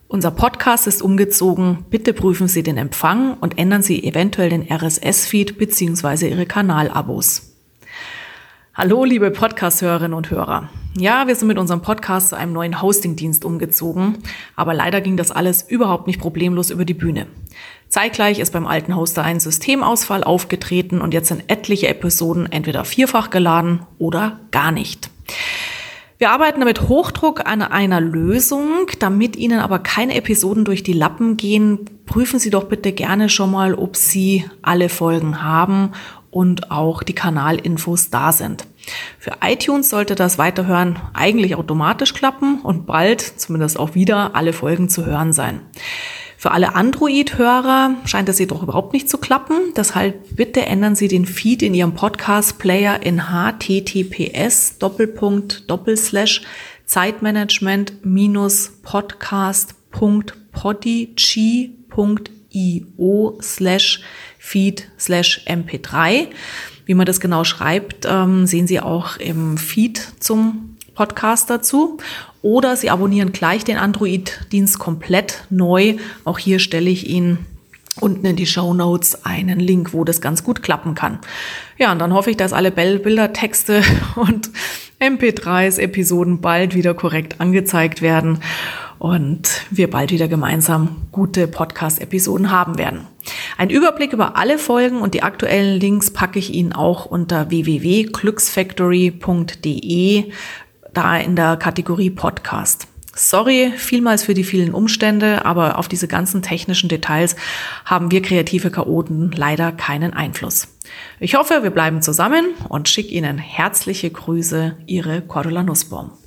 Unser Podcast ist umgezogen. Bitte prüfen Sie den Empfang und ändern Sie eventuell den RSS-Feed bzw. Ihre Kanalabos. Hallo, liebe Podcast-Hörerinnen und Hörer. Ja, wir sind mit unserem Podcast zu einem neuen Hosting-Dienst umgezogen, aber leider ging das alles überhaupt nicht problemlos über die Bühne. Zeitgleich ist beim alten Hoster ein Systemausfall aufgetreten und jetzt sind etliche Episoden entweder vierfach geladen oder gar nicht. Wir arbeiten damit Hochdruck an einer Lösung, damit Ihnen aber keine Episoden durch die Lappen gehen. Prüfen Sie doch bitte gerne schon mal, ob Sie alle Folgen haben und auch die Kanalinfos da sind. Für iTunes sollte das Weiterhören eigentlich automatisch klappen und bald, zumindest auch wieder, alle Folgen zu hören sein. Für alle Android-Hörer scheint es jedoch überhaupt nicht zu klappen. Deshalb bitte ändern Sie den Feed in Ihrem Podcast-Player in https://zeitmanagement-podcast.podigy.io/feed/mp3. Wie man das genau schreibt, sehen Sie auch im Feed zum Podcast dazu. Oder Sie abonnieren gleich den Android-Dienst komplett neu. Auch hier stelle ich Ihnen unten in die Shownotes einen Link, wo das ganz gut klappen kann. Ja, und dann hoffe ich, dass alle Bilder, Texte und MP3s, Episoden bald wieder korrekt angezeigt werden und wir bald wieder gemeinsam gute Podcast-Episoden haben werden. Ein Überblick über alle Folgen und die aktuellen Links packe ich Ihnen auch unter www.glücksfactory.de, da in der Kategorie Podcast. Sorry vielmals für die vielen Umstände, aber auf diese ganzen technischen Details haben wir kreative Chaoten leider keinen Einfluss. Ich hoffe, wir bleiben zusammen und schicke Ihnen herzliche Grüße, Ihre Cordula Nussbaum.